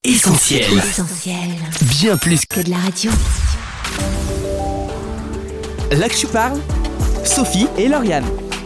Essentiel. Bien plus que de la radio. Là que je parle, Sophie et Lauriane.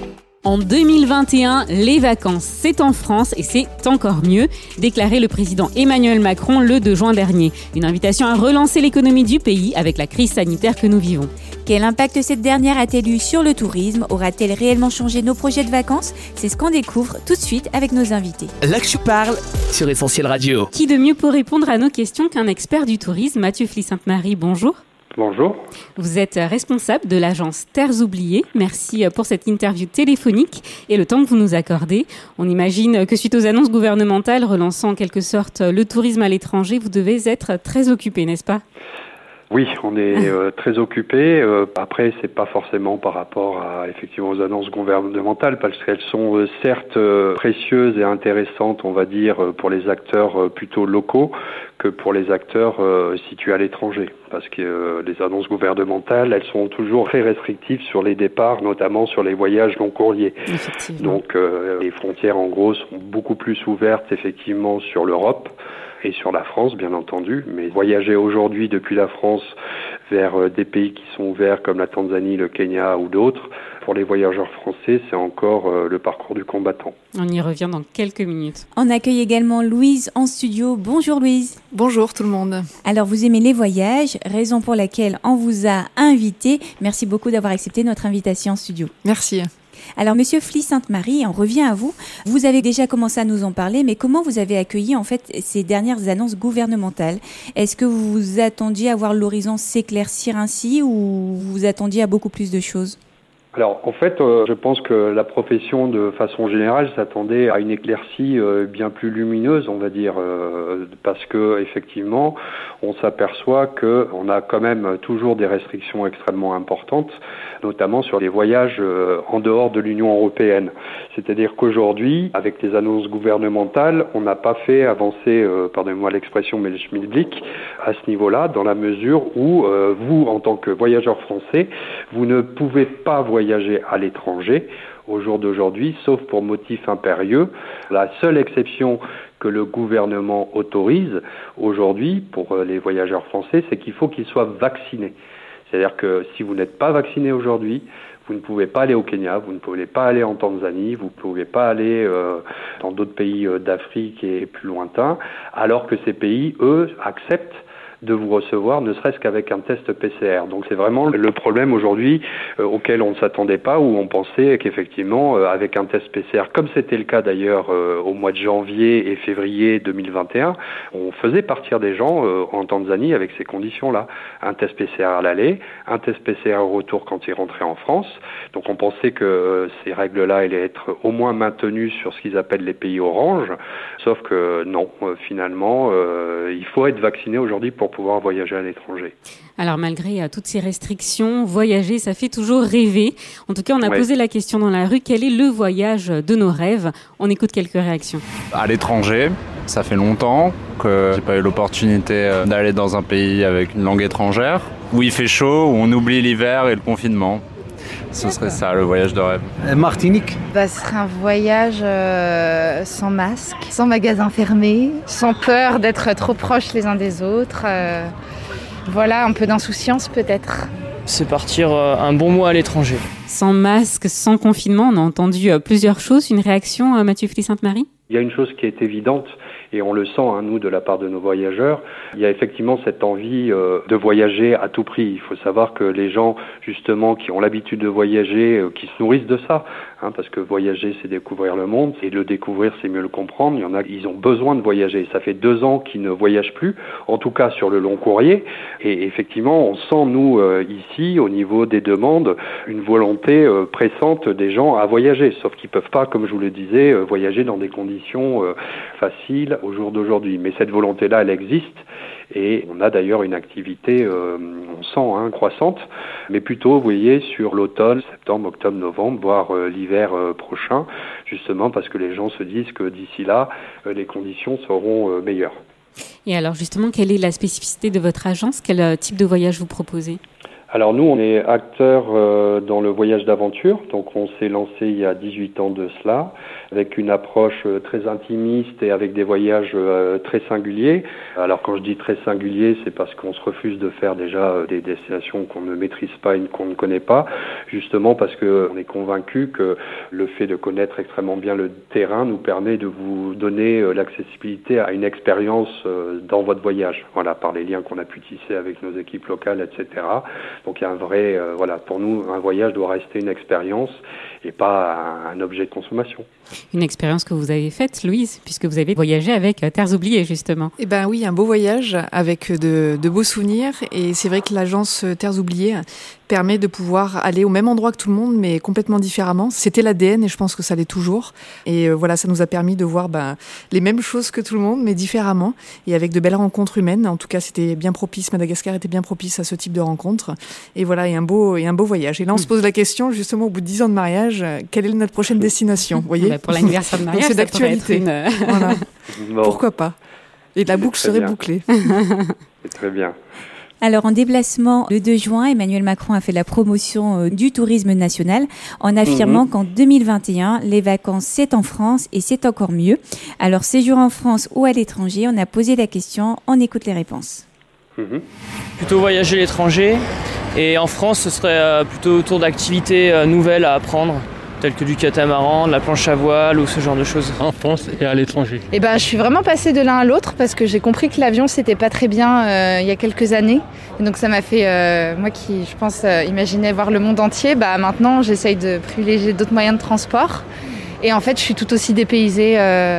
En 2021, les vacances, c'est en France et c'est encore mieux, déclarait le président Emmanuel Macron le 2 juin dernier. Une invitation à relancer l'économie du pays avec la crise sanitaire que nous vivons. Quel impact cette dernière a-t-elle eu sur le tourisme ? Aura-t-elle réellement changé nos projets de vacances ? C'est ce qu'on découvre tout de suite avec nos invités. Là que je parle, sur Essentiel Radio. Qui de mieux pour répondre à nos questions qu'un expert du tourisme, Mathieu Fly-Sainte-Marie, bonjour. Bonjour. Vous êtes responsable de l'agence Terres Oubliées. Merci pour cette interview téléphonique et le temps que vous nous accordez. On imagine que suite aux annonces gouvernementales relançant en quelque sorte le tourisme à l'étranger, vous devez être très occupé, n'est-ce pas ? Oui, on est très occupé. Après, c'est pas forcément par rapport à effectivement aux annonces gouvernementales, parce qu'elles sont certes précieuses et intéressantes, on va dire, pour les acteurs plutôt locaux que pour les acteurs situés à l'étranger. Parce que les annonces gouvernementales, elles sont toujours très restrictives sur les départs, notamment sur les voyages long courriers. Donc les frontières, en gros, sont beaucoup plus ouvertes effectivement sur l'Europe et sur la France, bien entendu. Mais voyager aujourd'hui depuis la France vers des pays qui sont ouverts comme la Tanzanie, le Kenya ou d'autres, pour les voyageurs français, c'est encore le parcours du combattant. On y revient dans quelques minutes. On accueille également Louise en studio. Bonjour Louise. Bonjour tout le monde. Alors vous aimez les voyages, raison pour laquelle on vous a invité. Merci beaucoup d'avoir accepté notre invitation en studio. Merci. Alors, Monsieur Fly-Sainte-Marie, on revient à vous. Vous avez déjà commencé à nous en parler, mais comment vous avez accueilli en fait ces dernières annonces gouvernementales ? Est-ce que vous vous attendiez à voir l'horizon s'éclaircir ainsi ou vous vous attendiez à beaucoup plus de choses ? Alors, en fait, je pense que la profession, de façon générale, s'attendait à une éclaircie bien plus lumineuse, on va dire, parce que effectivement, on s'aperçoit que on a quand même toujours des restrictions extrêmement importantes, notamment sur les voyages en dehors de l'Union européenne. C'est-à-dire qu'aujourd'hui, avec les annonces gouvernementales, on n'a pas fait avancer, pardonnez-moi l'expression, mais le schmilblick à ce niveau-là, dans la mesure où vous, en tant que voyageur français, vous ne pouvez pas voyager à l'étranger au jour d'aujourd'hui, sauf pour motif impérieux. La seule exception que le gouvernement autorise aujourd'hui pour les voyageurs français, c'est qu'il faut qu'ils soient vaccinés. C'est-à-dire que si vous n'êtes pas vacciné aujourd'hui, vous ne pouvez pas aller au Kenya, vous ne pouvez pas aller en Tanzanie, vous ne pouvez pas aller dans d'autres pays d'Afrique et plus lointains, alors que ces pays, eux, acceptent de vous recevoir, ne serait-ce qu'avec un test PCR. Donc c'est vraiment le problème aujourd'hui auquel on ne s'attendait pas, où on pensait qu'effectivement, avec un test PCR, comme c'était le cas d'ailleurs au mois de janvier et février 2021, on faisait partir des gens en Tanzanie avec ces conditions-là. Un test PCR à l'aller, un test PCR au retour quand ils rentraient en France. Donc on pensait que ces règles-là allaient être au moins maintenues sur ce qu'ils appellent les pays orange, sauf que non, finalement, il faut être vacciné aujourd'hui pour pouvoir voyager à l'étranger. Alors malgré toutes ces restrictions, voyager, ça fait toujours rêver. En tout cas, on a posé la question dans la rue, quel est le voyage de nos rêves ? On écoute quelques réactions. À l'étranger, ça fait longtemps que j'ai pas eu l'opportunité d'aller dans un pays avec une langue étrangère, où il fait chaud, où on oublie l'hiver et le confinement. Ce serait ça, le voyage de rêve. Martinique. Ce serait un voyage sans masque, sans magasin fermé, sans peur d'être trop proches les uns des autres. Voilà, un peu d'insouciance peut-être. C'est partir un bon mois à l'étranger. Sans masque, sans confinement, on a entendu plusieurs choses. Une réaction, Mathieu Fly-Sainte-Marie ? Il y a une chose qui est évidente, et on le sent, nous, de la part de nos voyageurs, il y a effectivement cette envie de voyager à tout prix. Il faut savoir que les gens, justement, qui ont l'habitude de voyager, qui se nourrissent de ça, parce que voyager, c'est découvrir le monde, et le découvrir, c'est mieux le comprendre. Il y en a, ils ont besoin de voyager. Ça fait 2 ans qu'ils ne voyagent plus, en tout cas sur le long courrier, et effectivement, on sent, nous, ici, au niveau des demandes, une volonté pressante des gens à voyager, sauf qu'ils peuvent pas, comme je vous le disais, voyager dans des conditions faciles au jour d'aujourd'hui. Mais cette volonté-là, elle existe. Et on a d'ailleurs une activité, on sent, croissante, mais plutôt, vous voyez, sur l'automne, septembre, octobre, novembre, voire l'hiver prochain, justement parce que les gens se disent que d'ici là, les conditions seront meilleures. Et alors justement, quelle est la spécificité de votre agence ? Quel type de voyage vous proposez ? Alors nous, on est acteurs dans le voyage d'aventure, donc on s'est lancé il y a 18 ans de cela, avec une approche très intimiste et avec des voyages très singuliers. Alors quand je dis très singuliers, c'est parce qu'on se refuse de faire déjà des destinations qu'on ne maîtrise pas et qu'on ne connaît pas, justement parce qu'on est convaincu que le fait de connaître extrêmement bien le terrain nous permet de vous donner l'accessibilité à une expérience dans votre voyage, voilà, par les liens qu'on a pu tisser avec nos équipes locales, etc. Donc il y a un vrai, pour nous, un voyage doit rester une expérience et pas un objet de consommation. Une expérience que vous avez faite, Louise, puisque vous avez voyagé avec Terres oubliées, justement. Eh ben oui, un beau voyage avec de beaux souvenirs. Et c'est vrai que l'agence Terres oubliées permet de pouvoir aller au même endroit que tout le monde, mais complètement différemment. C'était l'ADN et je pense que ça l'est toujours. Et voilà, ça nous a permis de voir les mêmes choses que tout le monde, mais différemment. Et avec de belles rencontres humaines. En tout cas, c'était bien propice. Madagascar était bien propice à ce type de rencontres. Et voilà, et un beau voyage. Et là, on se pose la question, justement, au bout de 10 ans de mariage, quelle est notre prochaine destination, vous voyez? Pour l'anniversaire de mariage, c'est d'actualité. Voilà. Bon. Pourquoi pas? Et la boucle serait bouclée. C'est très bien. Alors, en déplacement le 2 juin, Emmanuel Macron a fait la promotion du tourisme national en affirmant qu'en 2021, les vacances, c'est en France et c'est encore mieux. Alors, séjour en France ou à l'étranger, on a posé la question, on écoute les réponses. Plutôt voyager à l'étranger. Et en France, ce serait plutôt autour d'activités nouvelles à apprendre, telles que du catamaran, de la planche à voile ou ce genre de choses. En France et à l'étranger. Eh ben, je suis vraiment passée de l'un à l'autre parce que j'ai compris que l'avion, c'était pas très bien il y a quelques années. Et donc ça m'a fait, moi qui, je pense, imaginais voir le monde entier, maintenant j'essaye de privilégier d'autres moyens de transport. Et en fait, je suis tout aussi dépaysée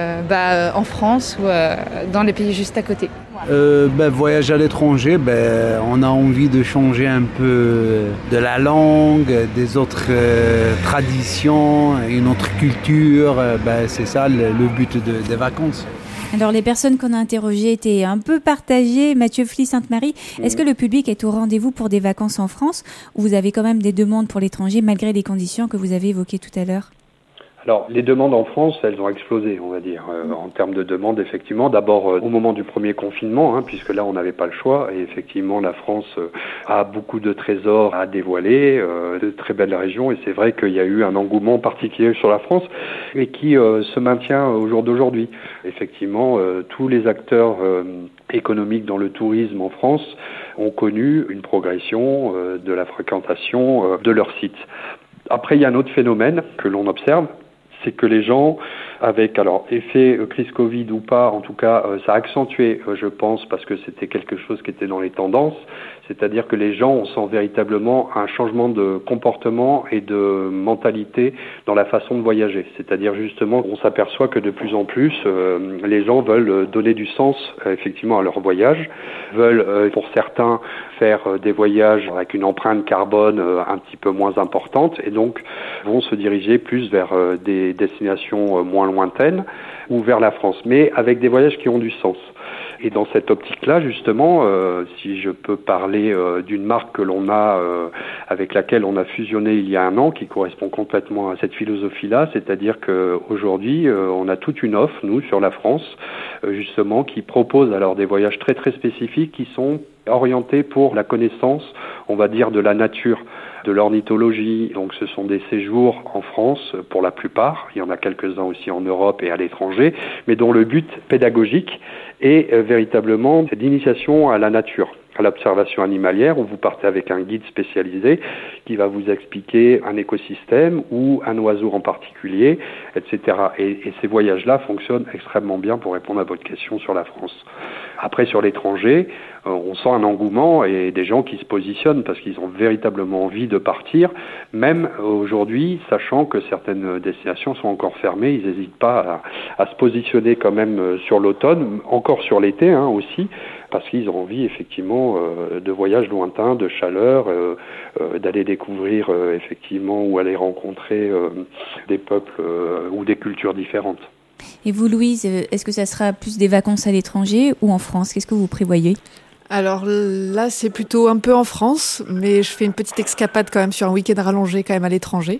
en France ou dans les pays juste à côté. Voyage à l'étranger, on a envie de changer un peu de la langue, des autres traditions, une autre culture. C'est ça le but des vacances. Alors, les personnes qu'on a interrogées étaient un peu partagées. Mathieu Fly-Sainte-Marie, est-ce que le public est au rendez-vous pour des vacances en France ou vous avez quand même des demandes pour l'étranger malgré les conditions que vous avez évoquées tout à l'heure ? Alors, les demandes en France, elles ont explosé, on va dire, en termes de demandes, effectivement. D'abord, au moment du premier confinement, puisque là, on n'avait pas le choix. Et effectivement, la France a beaucoup de trésors à dévoiler, de très belles régions. Et c'est vrai qu'il y a eu un engouement particulier sur la France et qui se maintient au jour d'aujourd'hui. Effectivement, tous les acteurs économiques dans le tourisme en France ont connu une progression de la fréquentation de leur site. Après, il y a un autre phénomène que l'on observe, c'est que les gens, avec effet crise Covid ou pas, en tout cas, ça a accentué, je pense, parce que c'était quelque chose qui était dans les tendances, c'est-à-dire que les gens, on sent véritablement un changement de comportement et de mentalité dans la façon de voyager. C'est-à-dire justement, on s'aperçoit que de plus en plus, les gens veulent donner du sens effectivement à leur voyage, veulent pour certains faire des voyages avec une empreinte carbone un petit peu moins importante et donc vont se diriger plus vers des destinations moins lointaines ou vers la France, mais avec des voyages qui ont du sens. Et dans cette optique-là, justement, si je peux parler d'une marque que l'on a, avec laquelle on a fusionné il y a un an, qui correspond complètement à cette philosophie-là, c'est-à-dire qu'aujourd'hui, on a toute une offre, nous, sur la France, justement, qui propose alors des voyages très très spécifiques qui sont orientés pour la connaissance, on va dire, de la nature, de l'ornithologie. Donc ce sont des séjours en France pour la plupart, il y en a quelques-uns aussi en Europe et à l'étranger, mais dont le but pédagogique est véritablement d'initiation à la nature, à l'observation animalière, où vous partez avec un guide spécialisé qui va vous expliquer un écosystème ou un oiseau en particulier, etc. Et ces voyages-là fonctionnent extrêmement bien pour répondre à votre question sur la France. Après, sur l'étranger, on sent un engouement et des gens qui se positionnent parce qu'ils ont véritablement envie de partir, même aujourd'hui, sachant que certaines destinations sont encore fermées, ils n'hésitent pas à se positionner quand même sur l'automne, encore sur l'été aussi, parce qu'ils ont envie effectivement de voyages lointains, de chaleur, d'aller découvrir effectivement ou aller rencontrer des peuples ou des cultures différentes. Et vous, Louise, est-ce que ça sera plus des vacances à l'étranger ou en France ? Qu'est-ce que vous prévoyez ? Alors là, c'est plutôt un peu en France, mais je fais une petite escapade quand même sur un week-end rallongé quand même à l'étranger.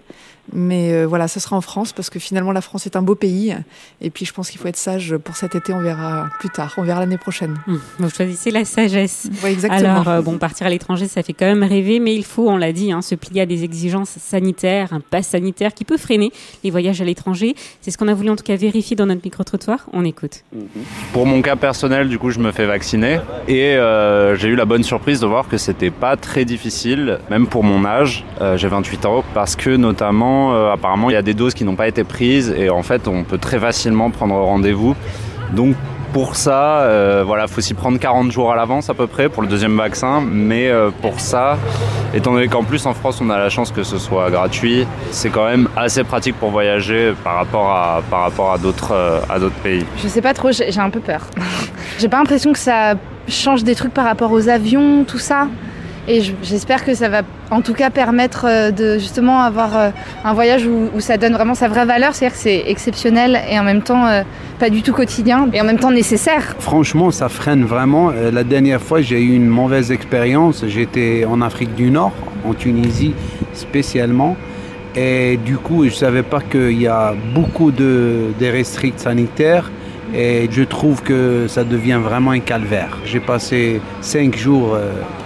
Mais voilà, ça sera en France parce que finalement la France est un beau pays. Et puis je pense qu'il faut être sage pour cet été, on verra plus tard, on verra l'année prochaine. Vous choisissez la sagesse. Oui, exactement. Alors partir à l'étranger, ça fait quand même rêver, mais il faut, on l'a dit, se plier à des exigences sanitaires, un pass sanitaire qui peut freiner les voyages à l'étranger. C'est ce qu'on a voulu en tout cas vérifier dans notre micro-trottoir. On écoute. Pour mon cas personnel, du coup, je me fais vacciner et j'ai eu la bonne surprise de voir que c'était pas très difficile, même pour mon âge. J'ai 28 ans, parce que notamment, apparemment, il y a des doses qui n'ont pas été prises et en fait, on peut très facilement prendre rendez-vous. Donc, pour ça, faut s'y prendre 40 jours à l'avance à peu près pour le deuxième vaccin. Mais pour ça, étant donné qu'en plus en France, on a la chance que ce soit gratuit, c'est quand même assez pratique pour voyager par rapport à d'autres pays. Je sais pas trop, j'ai un peu peur. J'ai pas l'impression que ça change des trucs par rapport aux avions, tout ça. Et j'espère que ça va en tout cas permettre de justement avoir un voyage où ça donne vraiment sa vraie valeur, c'est-à-dire que c'est exceptionnel et en même temps pas du tout quotidien et en même temps nécessaire. Franchement, ça freine vraiment. La dernière fois, j'ai eu une mauvaise expérience. J'étais en Afrique du Nord, en Tunisie spécialement. Et du coup, je ne savais pas qu'il y a beaucoup de restrictions sanitaires. Et je trouve que ça devient vraiment un calvaire. J'ai passé 5 jours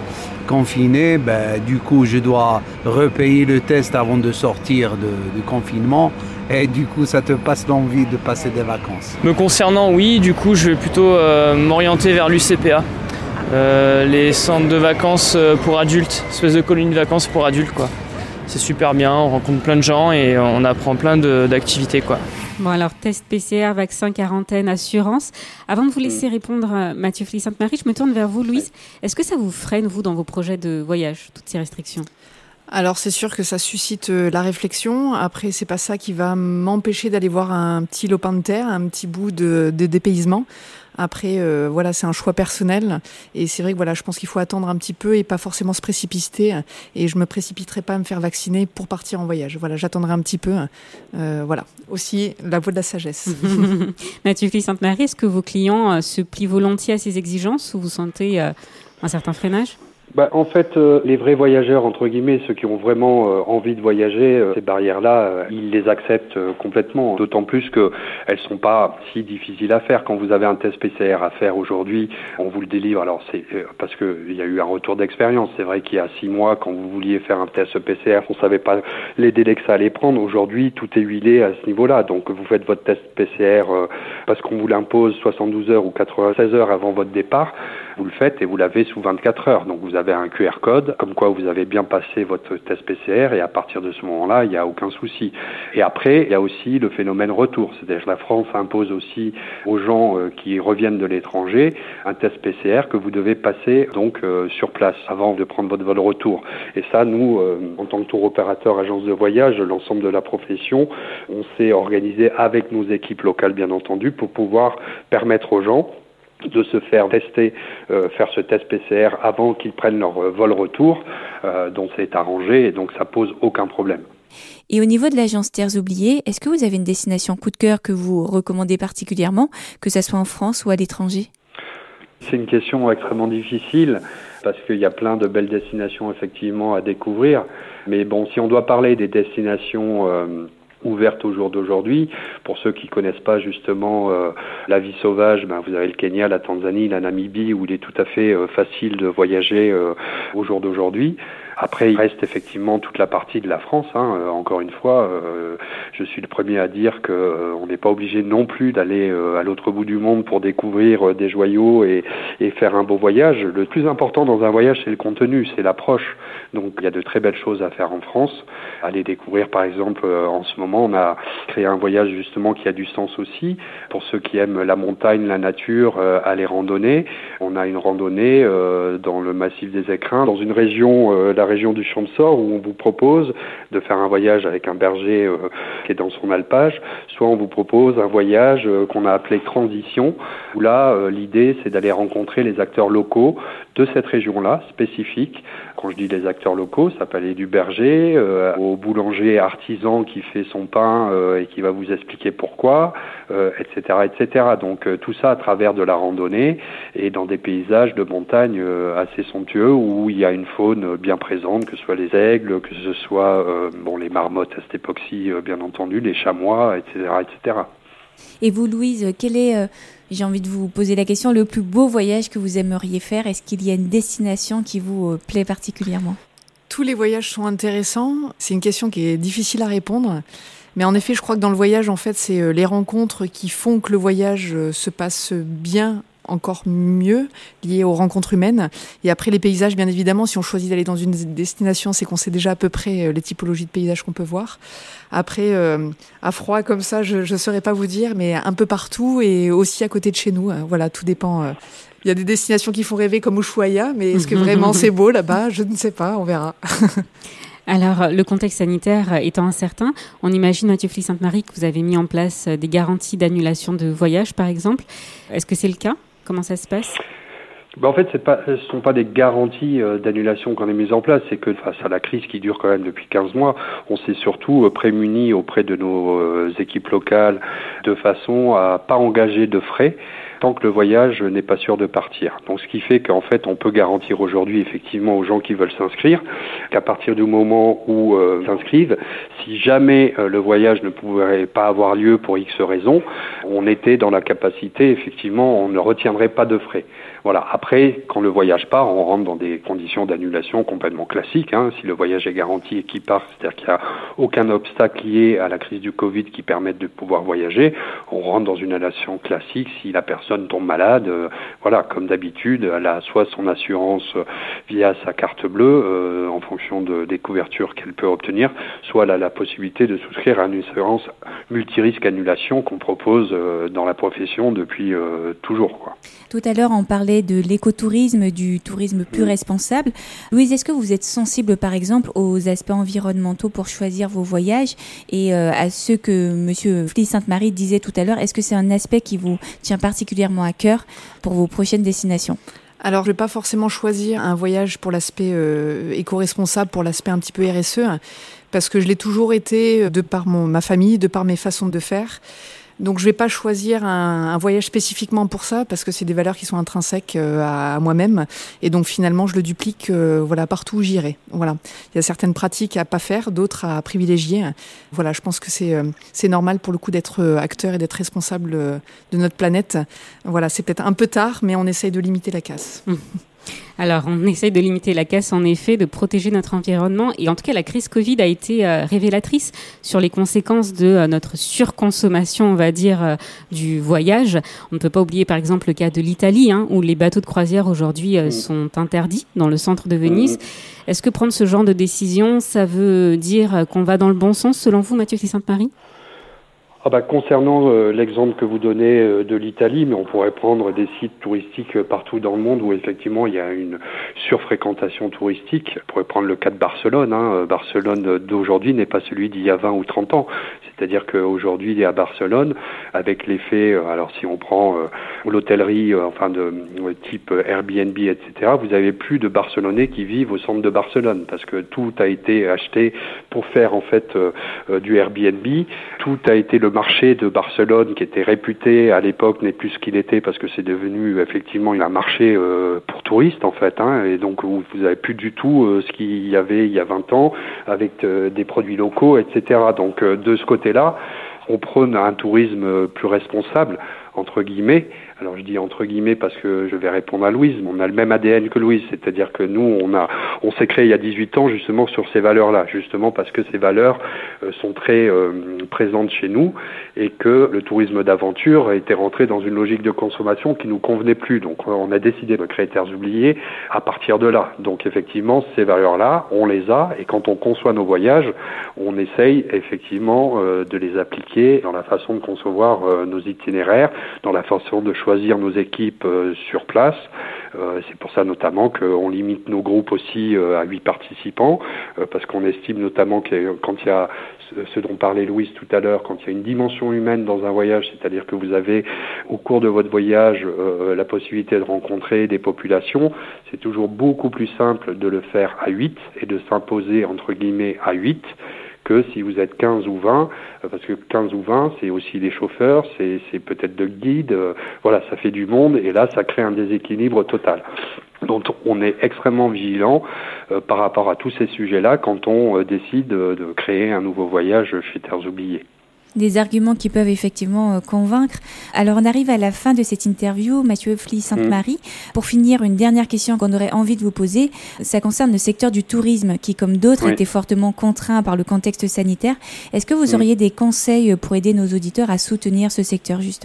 confiné, du coup je dois repayer le test avant de sortir du confinement et du coup ça te passe l'envie de passer des vacances. Me concernant, oui, du coup je vais plutôt m'orienter vers l'UCPA, les centres de vacances pour adultes, espèce de colonies de vacances pour adultes quoi. C'est super bien, on rencontre plein de gens et on apprend plein d'activités quoi. Bon alors, test PCR, vaccin, quarantaine, assurance. Avant de vous laisser répondre, Mathieu Flies-Sainte-Marie, je me tourne vers vous, Louise. Est-ce que ça vous freine, vous, dans vos projets de voyage, toutes ces restrictions ? Alors c'est sûr que ça suscite la réflexion. Après, c'est pas ça qui va m'empêcher d'aller voir un petit lopin de terre, un petit bout de dépaysement. Après, c'est un choix personnel. Et c'est vrai que je pense qu'il faut attendre un petit peu et pas forcément se précipiter. Et je me précipiterai pas à me faire vacciner pour partir en voyage. J'attendrai un petit peu. Aussi, la voie de la sagesse. Mathieu Flies-Sainte-Marie, est-ce que vos clients se plient volontiers à ces exigences ou vous sentez un certain freinage ? En fait, les vrais voyageurs, entre guillemets, ceux qui ont vraiment envie de voyager, ces barrières-là, ils les acceptent complètement. D'autant plus qu'elles sont pas si difficiles à faire. Quand vous avez un test PCR à faire aujourd'hui, on vous le délivre. Alors c'est parce que il y a eu un retour d'expérience. C'est vrai qu'il y a 6 mois, quand vous vouliez faire un test PCR, on savait pas les délais que ça allait prendre. Aujourd'hui, tout est huilé à ce niveau-là. Donc vous faites votre test PCR parce qu'on vous l'impose 72 heures ou 96 heures avant votre départ. Vous le faites et vous l'avez sous 24 heures. Donc vous avez un QR code, comme quoi vous avez bien passé votre test PCR et à partir de ce moment-là, il n'y a aucun souci. Et après, il y a aussi le phénomène retour. C'est-à-dire que la France impose aussi aux gens qui reviennent de l'étranger un test PCR que vous devez passer donc sur place avant de prendre votre vol retour. Et ça, nous, en tant que tour opérateur, agence de voyage, l'ensemble de la profession, on s'est organisé avec nos équipes locales, bien entendu, pour pouvoir permettre aux gens de se faire tester, faire ce test PCR avant qu'ils prennent leur vol retour, dont c'est arrangé et donc ça pose aucun problème. Et au niveau de l'agence Terres oubliées, est-ce que vous avez une destination coup de cœur que vous recommandez particulièrement, que ça soit en France ou à l'étranger ? C'est une question extrêmement difficile parce qu'il y a plein de belles destinations effectivement à découvrir. Mais bon, si on doit parler des destinations ouverte au jour d'aujourd'hui. Pour ceux qui connaissent pas justement la vie sauvage, vous avez le Kenya, la Tanzanie, la Namibie, où il est tout à fait facile de voyager au jour d'aujourd'hui. Après, il reste effectivement toute la partie de la France. Encore une fois, je suis le premier à dire que on n'est pas obligé non plus d'aller à l'autre bout du monde pour découvrir des joyaux et faire un beau voyage. Le plus important dans un voyage, c'est le contenu, c'est l'approche. Donc, il y a de très belles choses à faire en France. Aller découvrir, par exemple, en ce moment, on a créé un voyage justement qui a du sens aussi pour ceux qui aiment la montagne, la nature, aller randonner. On a une randonnée dans le massif des Écrins, dans une région, la région du Champsaur, où on vous propose de faire un voyage avec un berger qui est dans son alpage, soit on vous propose un voyage qu'on a appelé Transition, où là, l'idée, c'est d'aller rencontrer les acteurs locaux de cette région-là, spécifique. Quand je dis les acteurs locaux, ça peut aller du berger au boulanger artisan qui fait son pain et qui va vous expliquer pourquoi, etc., etc. Donc tout ça à travers de la randonnée et dans des paysages de montagne assez somptueux où il y a une faune bien présente présentes, que ce soit les aigles, que ce soit les marmottes à cette époque-ci, bien entendu, les chamois, etc., etc. Et vous, Louise, quel est, j'ai envie de vous poser la question, le plus beau voyage que vous aimeriez faire? Est-ce qu'il y a une destination qui vous plaît particulièrement? Tous les voyages sont intéressants. C'est une question qui est difficile à répondre. Mais en effet, je crois que dans le voyage, en fait, c'est les rencontres qui font que le voyage se passe bien, encore mieux, liées aux rencontres humaines. Et après, les paysages, bien évidemment, si on choisit d'aller dans une destination, c'est qu'on sait déjà à peu près les typologies de paysages qu'on peut voir. Après, à froid comme ça, je ne saurais pas vous dire, mais un peu partout et aussi à côté de chez nous. Voilà, tout dépend. Il y a des destinations qui font rêver comme Ushuaïa, mais est-ce que vraiment c'est beau là-bas? Je ne sais pas, on verra. Alors, le contexte sanitaire étant incertain, on imagine, Mathieu Flies-Sainte-Marie, que vous avez mis en place des garanties d'annulation de voyage, par exemple. Est-ce que c'est le cas? Comment ça se passe? En fait, ce ne sont pas des garanties d'annulation qu'on a mises en place, c'est que face à la crise qui dure quand même depuis 15 mois, on s'est surtout prémunis auprès de nos équipes locales de façon à pas engager de frais tant que le voyage n'est pas sûr de partir. Donc ce qui fait qu'en fait on peut garantir aujourd'hui effectivement aux gens qui veulent s'inscrire qu'à partir du moment où ils s'inscrivent, si jamais le voyage ne pourrait pas avoir lieu pour X raisons, on était dans la capacité, effectivement, on ne retiendrait pas de frais. Voilà. Après, quand le voyage part, on rentre dans des conditions d'annulation complètement classiques. Si le voyage est garanti et qu'il part, c'est-à-dire qu'il n'y a aucun obstacle lié à la crise du Covid qui permette de pouvoir voyager, on rentre dans une annulation classique si la personne tombe malade. Voilà, comme d'habitude, elle a soit son assurance via sa carte bleue, en fonction des couvertures qu'elle peut obtenir, soit elle a la possibilité de souscrire à une assurance multirisque annulation qu'on propose dans la profession depuis toujours, quoi. Tout à l'heure, on parlait de l'écotourisme, du tourisme plus responsable. Louise, est-ce que vous êtes sensible, par exemple, aux aspects environnementaux pour choisir vos voyages et à ceux que Monsieur Flies-Sainte-Marie disait tout à l'heure? Est-ce que c'est un aspect qui vous tient particulièrement à cœur pour vos prochaines destinations? Alors, je ne vais pas forcément choisir un voyage pour l'aspect éco-responsable, pour l'aspect un petit peu RSE, parce que je l'ai toujours été de par ma famille, de par mes façons de faire. Donc je vais pas choisir un voyage spécifiquement pour ça parce que c'est des valeurs qui sont intrinsèques à moi-même et donc finalement je le duplique partout où j'irai. Voilà, il y a certaines pratiques à pas faire, d'autres à privilégier. Voilà, je pense que c'est normal pour le coup d'être acteur et d'être responsable de notre planète. Voilà, c'est peut-être un peu tard mais on essaye de limiter la casse. Alors, on essaye de limiter la casse, en effet, de protéger notre environnement. Et en tout cas, la crise Covid a été révélatrice sur les conséquences de notre surconsommation, on va dire, du voyage. On ne peut pas oublier, par exemple, le cas de l'Italie, où les bateaux de croisière aujourd'hui sont interdits dans le centre de Venise. Est-ce que prendre ce genre de décision, ça veut dire qu'on va dans le bon sens, selon vous, Mathieu Flies-Sainte-Marie ? Concernant l'exemple que vous donnez de l'Italie, mais on pourrait prendre des sites touristiques partout dans le monde où effectivement il y a une surfréquentation touristique. On pourrait prendre le cas de Barcelone. Barcelone d'aujourd'hui n'est pas celui d'il y a 20 ou 30 ans. C'est-à-dire qu'aujourd'hui, à Barcelone, avec l'effet, alors si on prend l'hôtellerie, de type Airbnb, etc., vous avez plus de Barcelonais qui vivent au centre de Barcelone parce que tout a été acheté pour faire en fait du Airbnb. Tout a été le marché de Barcelone qui était réputé à l'époque n'est plus ce qu'il était parce que c'est devenu effectivement un marché pour touristes en fait, et donc vous n'avez plus du tout ce qu'il y avait il y a 20 ans avec des produits locaux, etc. Donc de ce côté-là, on prône un tourisme plus responsable, entre guillemets. Alors je dis entre guillemets parce que je vais répondre à Louise, on a le même ADN que Louise, c'est-à-dire que nous on s'est créé il y a 18 ans justement sur ces valeurs-là, justement parce que ces valeurs sont très présentes chez nous et que le tourisme d'aventure était rentré dans une logique de consommation qui nous convenait plus. Donc on a décidé de créer Terres oubliées à partir de là. Donc effectivement ces valeurs-là, on les a et quand on conçoit nos voyages, on essaye effectivement de les appliquer dans la façon de concevoir nos itinéraires, dans la façon de choisir nos équipes sur place. C'est pour ça notamment qu'on limite nos groupes aussi à 8 participants, parce qu'on estime notamment que quand il y a ce dont parlait Louise tout à l'heure, quand il y a une dimension humaine dans un voyage, c'est-à-dire que vous avez au cours de votre voyage la possibilité de rencontrer des populations, c'est toujours beaucoup plus simple de le faire à 8 et de s'imposer entre guillemets à 8 que si vous êtes 15 ou 20, parce que 15 ou 20, c'est aussi des chauffeurs, c'est peut-être de guides, ça fait du monde, et là, ça crée un déséquilibre total. Donc on est extrêmement vigilant par rapport à tous ces sujets-là quand on décide de créer un nouveau voyage chez Terres Oubliées. Des arguments qui peuvent effectivement convaincre. Alors on arrive à la fin de cette interview, Mathieu Fly-Sainte-Marie. Pour finir, une dernière question qu'on aurait envie de vous poser. Ça concerne le secteur du tourisme qui, comme d'autres, a été fortement contraint par le contexte sanitaire. Est-ce que vous auriez des conseils pour aider nos auditeurs à soutenir ce secteur justement ?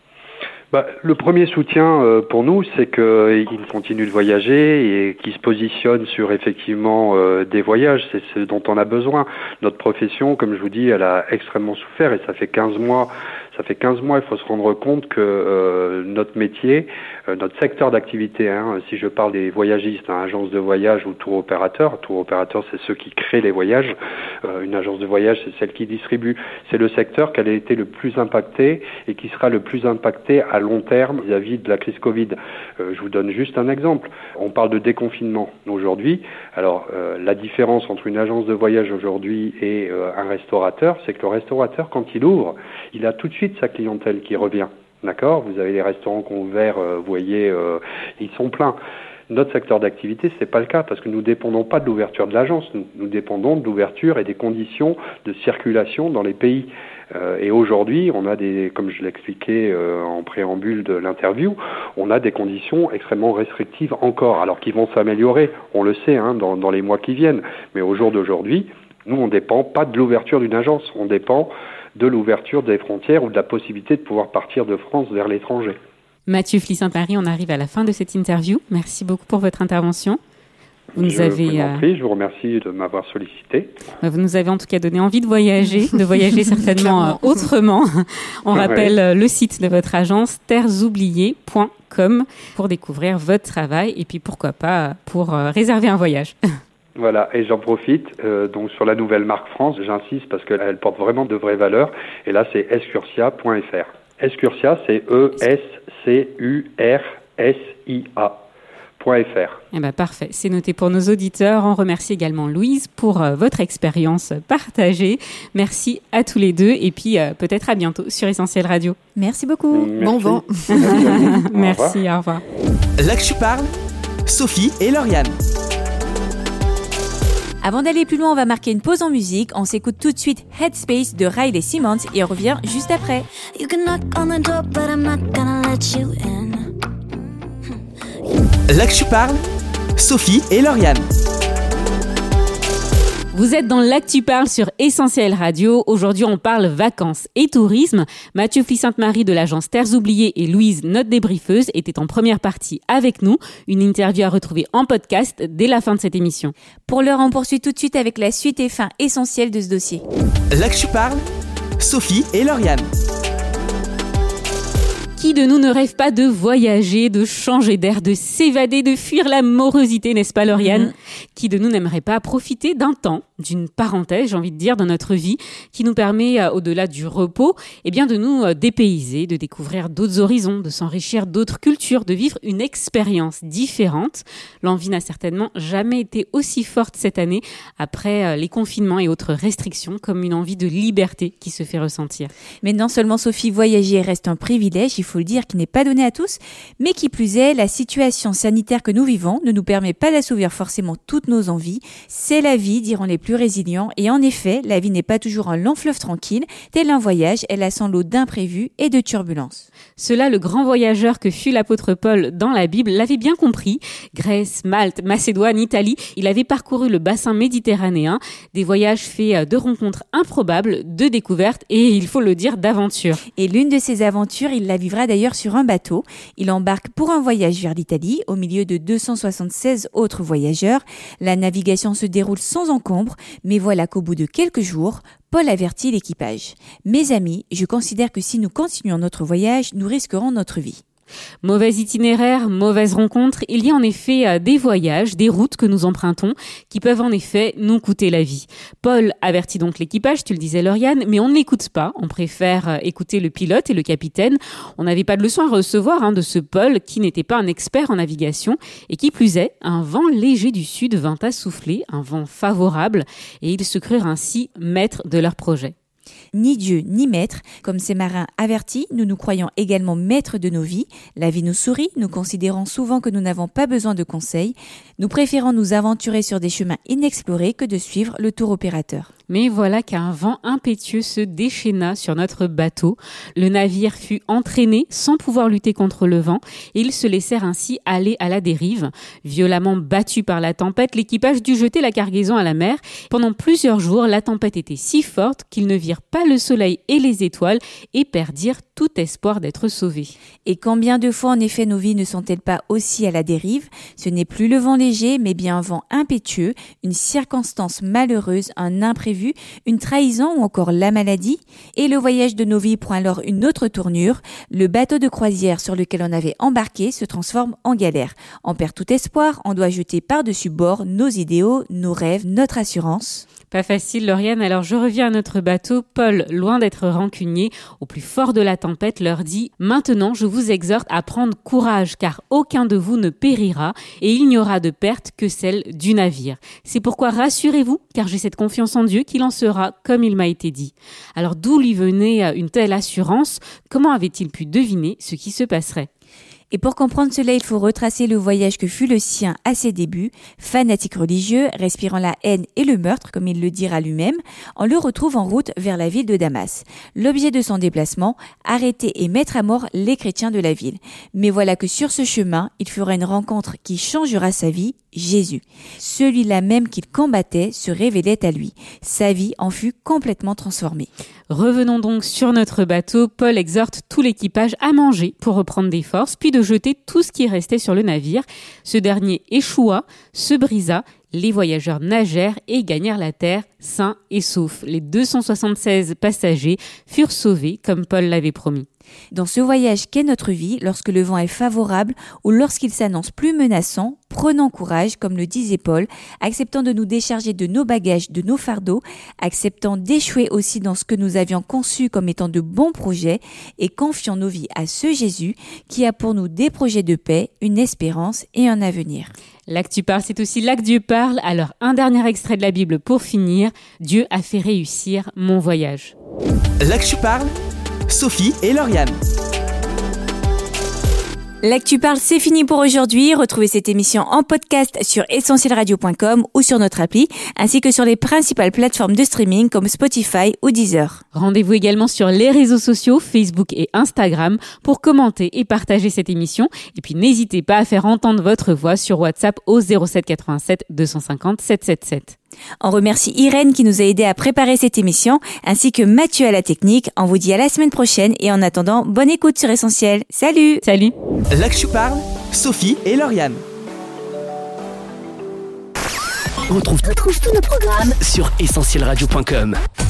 Le premier soutien pour nous, c'est qu'ils continuent de voyager et qu'ils se positionnent sur effectivement des voyages. C'est ce dont on a besoin. Notre profession, comme je vous dis, elle a extrêmement souffert et ça fait 15 mois. Il faut se rendre compte que notre métier, notre secteur d'activité, si je parle des voyagistes, agences de voyage ou tour opérateurs, c'est ceux qui créent les voyages. Une agence de voyage, c'est celle qui distribue. C'est le secteur qui a été le plus impacté et qui sera le plus impacté à long terme vis-à-vis de la crise Covid. Je vous donne juste un exemple. On parle de déconfinement aujourd'hui. Alors, la différence entre une agence de voyage aujourd'hui et un restaurateur, c'est que le restaurateur, quand il ouvre, il a tout de suite sa clientèle qui revient. D'accord ? Vous avez les restaurants qui ont ouvert, vous voyez, ils sont pleins. Notre secteur d'activité, c'est pas le cas parce que nous dépendons pas de l'ouverture de l'agence. Nous dépendons de l'ouverture et des conditions de circulation dans les pays. Et aujourd'hui, on a comme je l'expliquais en préambule de l'interview, on a des conditions extrêmement restrictives encore, alors qu'ils vont s'améliorer, on le sait, dans les mois qui viennent. Mais au jour d'aujourd'hui, nous, on dépend pas de l'ouverture d'une agence, on dépend de l'ouverture des frontières ou de la possibilité de pouvoir partir de France vers l'étranger. Mathieu Fly-Sainte-Marie, on arrive à la fin de cette interview. Merci beaucoup pour votre intervention. Je vous en prie, je vous remercie de m'avoir sollicité. Vous nous avez en tout cas donné envie de voyager certainement autrement. On rappelle le site de votre agence, terresoubliées.com, pour découvrir votre travail et puis pourquoi pas pour réserver un voyage. Voilà, et j'en profite, donc sur la nouvelle marque France, j'insiste parce qu'elle porte vraiment de vraies valeurs, et là c'est escursia.fr. Escursia, c'est ESCURSIA.fr. Eh ben parfait, c'est noté pour nos auditeurs. On remercie également Louise pour votre expérience partagée. Merci à tous les deux et puis peut-être à bientôt sur Essentiel Radio. Merci beaucoup. Merci. Bon vent. Merci, au revoir. Là que je parle, Sophie et Lauriane. Avant d'aller plus loin, on va marquer une pause en musique. On s'écoute tout de suite Headspace de Riley Simmons et on revient juste après. You can knock on the door, but I'm not gonna let you in. Là que je parle, Sophie et Lauriane. Vous êtes dans l'Actu Parle sur Essentiel Radio. Aujourd'hui, on parle vacances et tourisme. Mathieu Fly-Sainte-Marie de l'agence Terres Oubliées et Louise, notre débriefeuse, étaient en première partie avec nous. Une interview à retrouver en podcast dès la fin de cette émission. Pour l'heure, on poursuit tout de suite avec la suite et fin essentielle de ce dossier. Là que je parle, Sophie et Lauriane. Qui de nous ne rêve pas de voyager, de changer d'air, de s'évader, de fuir la morosité, n'est-ce pas Lauriane ? Qui de nous n'aimerait pas profiter d'un temps, d'une parenthèse, j'ai envie de dire, dans notre vie, qui nous permet, au-delà du repos, de nous dépayser, de découvrir d'autres horizons, de s'enrichir d'autres cultures, de vivre une expérience différente. L'envie n'a certainement jamais été aussi forte cette année, après les confinements et autres restrictions, comme une envie de liberté qui se fait ressentir. Mais non seulement, Sophie, voyager reste un privilège, il faut le dire, qui n'est pas donné à tous, mais qui plus est, la situation sanitaire que nous vivons ne nous permet pas d'assouvir forcément toutes nos envies. C'est la vie, diront les plus résilients, et en effet, la vie n'est pas toujours un long fleuve tranquille. Tel un voyage, elle a son lot d'imprévus et de turbulences. Cela, le grand voyageur que fut l'apôtre Paul dans la Bible l'avait bien compris. Grèce, Malte, Macédoine, Italie, il avait parcouru le bassin méditerranéen, des voyages faits de rencontres improbables, de découvertes et, il faut le dire, d'aventures. Et l'une de ces aventures, il la vivra d'ailleurs sur un bateau. Il embarque pour un voyage vers l'Italie, au milieu de 276 autres voyageurs. La navigation se déroule sans encombre, mais voilà qu'au bout de quelques jours, Paul avertit l'équipage. « Mes amis, je considère que si nous continuons notre voyage, nous risquerons notre vie. » Mauvais itinéraire, mauvaise rencontre, il y a en effet des voyages, des routes que nous empruntons qui peuvent en effet nous coûter la vie. Paul avertit donc l'équipage, tu le disais Lauriane, mais on ne l'écoute pas, on préfère écouter le pilote et le capitaine. On n'avait pas de leçon à recevoir de ce Paul qui n'était pas un expert en navigation et qui plus est, un vent léger du sud vint à souffler, un vent favorable et ils se crurent ainsi maîtres de leur projet. Ni Dieu, ni maître. Comme ces marins avertis, nous nous croyons également maîtres de nos vies. La vie nous sourit, nous considérons souvent que nous n'avons pas besoin de conseils. Nous préférons nous aventurer sur des chemins inexplorés que de suivre le tour opérateur. Mais voilà qu'un vent impétueux se déchaîna sur notre bateau. Le navire fut entraîné sans pouvoir lutter contre le vent et ils se laissèrent ainsi aller à la dérive. Violemment battu par la tempête, l'équipage dut jeter la cargaison à la mer. Pendant plusieurs jours, la tempête était si forte qu'ils ne virent pas le soleil et les étoiles et perdirent tout espoir d'être sauvés. Et combien de fois en effet nos vies ne sont-elles pas aussi à la dérive ? Ce n'est plus le vent léger, mais bien un vent impétueux, une circonstance malheureuse, un imprévu, une trahison ou encore la maladie. Et le voyage de nos vies prend alors une autre tournure. Le bateau de croisière sur lequel on avait embarqué se transforme en galère. On perd tout espoir, on doit jeter par-dessus bord nos idéaux, nos rêves, notre assurance. Pas facile, Lauriane. Alors je reviens à notre bateau. Paul, loin d'être rancunier, au plus fort de la tempête, leur dit « Maintenant, je vous exhorte à prendre courage, car aucun de vous ne périra, et il n'y aura de perte que celle du navire. C'est pourquoi rassurez-vous, car j'ai cette confiance en Dieu qu'il en sera comme il m'a été dit. » Alors d'où lui venait une telle assurance ? Comment avait-il pu deviner ce qui se passerait ? Et pour comprendre cela, il faut retracer le voyage que fut le sien à ses débuts. Fanatique religieux, respirant la haine et le meurtre, comme il le dira lui-même, on le retrouve en route vers la ville de Damas. L'objet de son déplacement, arrêter et mettre à mort les chrétiens de la ville. Mais voilà que sur ce chemin, il fera une rencontre qui changera sa vie, Jésus. Celui-là même qu'il combattait se révélait à lui. Sa vie en fut complètement transformée. Revenons donc sur notre bateau. Paul exhorte tout l'équipage à manger pour reprendre des forces, puis de jeter tout ce qui restait sur le navire. Ce dernier échoua, se brisa, les voyageurs nagèrent et gagnèrent la terre sains et saufs. Les 276 passagers furent sauvés comme Paul l'avait promis. Dans ce voyage qu'est notre vie, lorsque le vent est favorable ou lorsqu'il s'annonce plus menaçant, prenons courage, comme le disait Paul, acceptant de nous décharger de nos bagages, de nos fardeaux, acceptant d'échouer aussi dans ce que nous avions conçu comme étant de bons projets et confiant nos vies à ce Jésus qui a pour nous des projets de paix, une espérance et un avenir. L'Actu parle, c'est aussi là que Dieu parle. Alors, un dernier extrait de la Bible pour finir. Dieu a fait réussir mon voyage. L'Actu parle, Sophie et Lauriane. L'Actu parle, c'est fini pour aujourd'hui. Retrouvez cette émission en podcast sur essentielradio.com ou sur notre appli, ainsi que sur les principales plateformes de streaming comme Spotify ou Deezer. Rendez-vous également sur les réseaux sociaux, Facebook et Instagram, pour commenter et partager cette émission. Et puis n'hésitez pas à faire entendre votre voix sur WhatsApp au 07 87 250 777. On remercie Irène qui nous a aidé à préparer cette émission, ainsi que Mathieu à la technique. On vous dit à la semaine prochaine et en attendant, bonne écoute sur Essentiel. Salut! Salut! L'Actu parle, Sophie et Lauriane. Retrouve tous nos programmes sur essentielradio.com.